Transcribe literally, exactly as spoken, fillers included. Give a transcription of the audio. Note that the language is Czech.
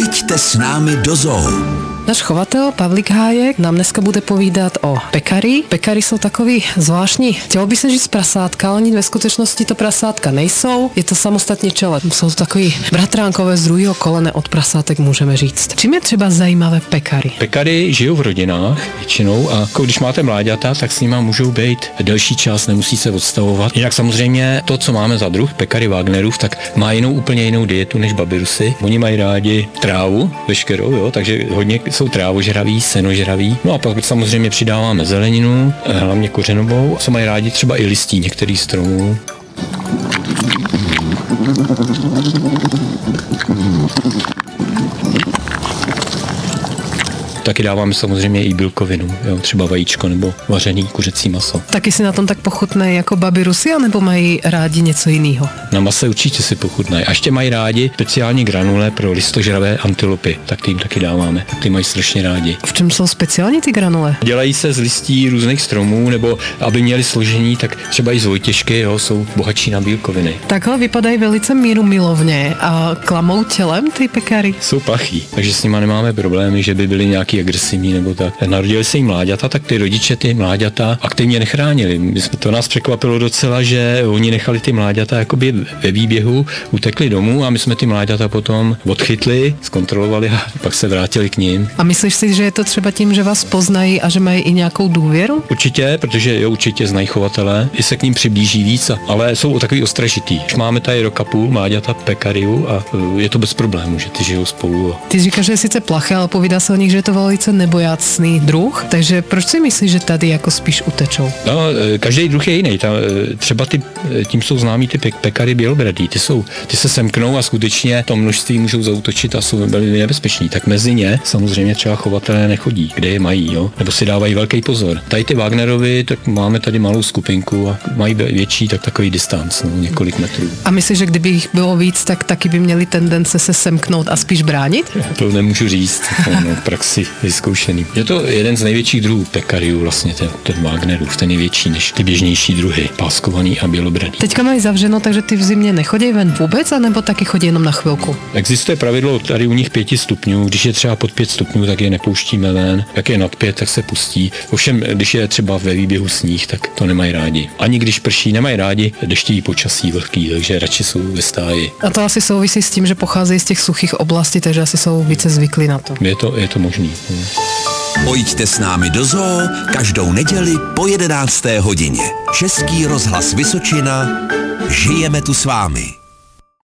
Pojďte s námi do zoo. Náš chovatel Pavlík Hájek nám dneska bude povídat o pekari. Pekari jsou takový zvláštní. Chtělo by se říct prasátka, ale ve skutečnosti to prasátka nejsou. Je to samostatný čele. Jsou to takový bratránkové z druhého kolene od prasátek, můžeme říct. Čím je třeba zajímavé pekari? Pekari žijou v rodinách většinou a když máte mláďata, tak s nima můžou být delší čas, nemusí se odstavovat. Jinak samozřejmě to, co máme za druh, pekari Wagnerův, tak má jinou úplně jinou dietu než babirusy. Oni mají rádi trávu veškerou, jo, takže hodně jsou trávožraví, senožraví. No a pak samozřejmě přidáváme zeleninu, hlavně kořenovou, co mají rádi třeba i listí některých stromů. Taky dáváme samozřejmě i bílkovinu, jo, třeba vajíčko nebo vařený kuřecí maso. Taky si na tom tak pochutnají jako babirusy, anebo mají rádi něco jiného? Na mase určitě si pochutnají. A ještě mají rádi speciální granule pro listožravé antilopy, tak ty jim taky dáváme. Ty mají strašně rádi. V čem jsou speciální ty granule? Dělají se z listí různých stromů, nebo aby měli složení, tak třeba i z vojtěžky, jo, jsou bohatší na bílkoviny. Takhle vypadají velice míru milovně a klamou tělem ty pekary. Jsou plachý, takže s nima nemáme problémy, že by byly nějaký agresivní nebo tak. Narodili se jim mláďata, tak ty rodiče ty mláďata aktivně nechránili. My jsme, to nás překvapilo docela, že oni nechali ty mláďata jakoby ve výběhu, utekli domů a my jsme ty mláďata potom odchytli, zkontrolovali a pak se vrátili k ním. A myslíš si, že je to třeba tím, že vás poznají a že mají i nějakou důvěru? Určitě, protože jo, určitě znají chovatele, i se k ním přiblíží víc, ale jsou takový ostražitý. Už máme tady rok a půl mláďata pekariu a je to bez problémů, že ty žijou spolu. Ty říkáš, že je sice plaché, ale povídá se o nich, že je to velice nebojácný druh, takže proč si myslíš, že tady jako spíš utečou? No, každý druh je jiný. Ta, třeba ty, tím jsou známí ty pekary bělobradý. Ty, jsou, ty se semknou a skutečně to množství můžou zaútočit a jsou velmi nebezpeční. Tak mezi ně samozřejmě třeba chovatelé nechodí, kde je mají, jo? Nebo si dávají velký pozor. Tady ty Wagnerovi, tak máme tady malou skupinku a mají větší, tak takový distanc, no, několik metrů. A myslíš, že kdyby jich bylo víc, tak taky by měli tendence se semknout a spíš bránit? To nemůžu říct, no, v praxi vyzkoušený. Je to jeden z největších druhů pekariů, vlastně ten, ten Wagnerův, ten je větší než ty běžnější druhy, páskovaný a bělobradý. Teďka mají zavřeno, takže ty v zimě nechodí ven vůbec, anebo taky chodí jenom na chvilku? Existuje pravidlo tady u nich pěti stupňů, když je třeba pod pět stupňů, tak je nepouštíme ven, jak je nad pět, tak se pustí. Ovšem, když je třeba ve výběhu sníh, tak to nemají rádi. Ani když prší, nemají rádi deštivý počasí vlhký, takže radši jsou ve stáji. A to asi souvisí s tím, že pocházejí z těch suchých oblastí, takže asi jsou více zvyklí na to. Je to, je to možný. Pojďte s námi do zoo každou neděli po jedenácté hodině. Český rozhlas Vysočina. Žijeme tu s vámi.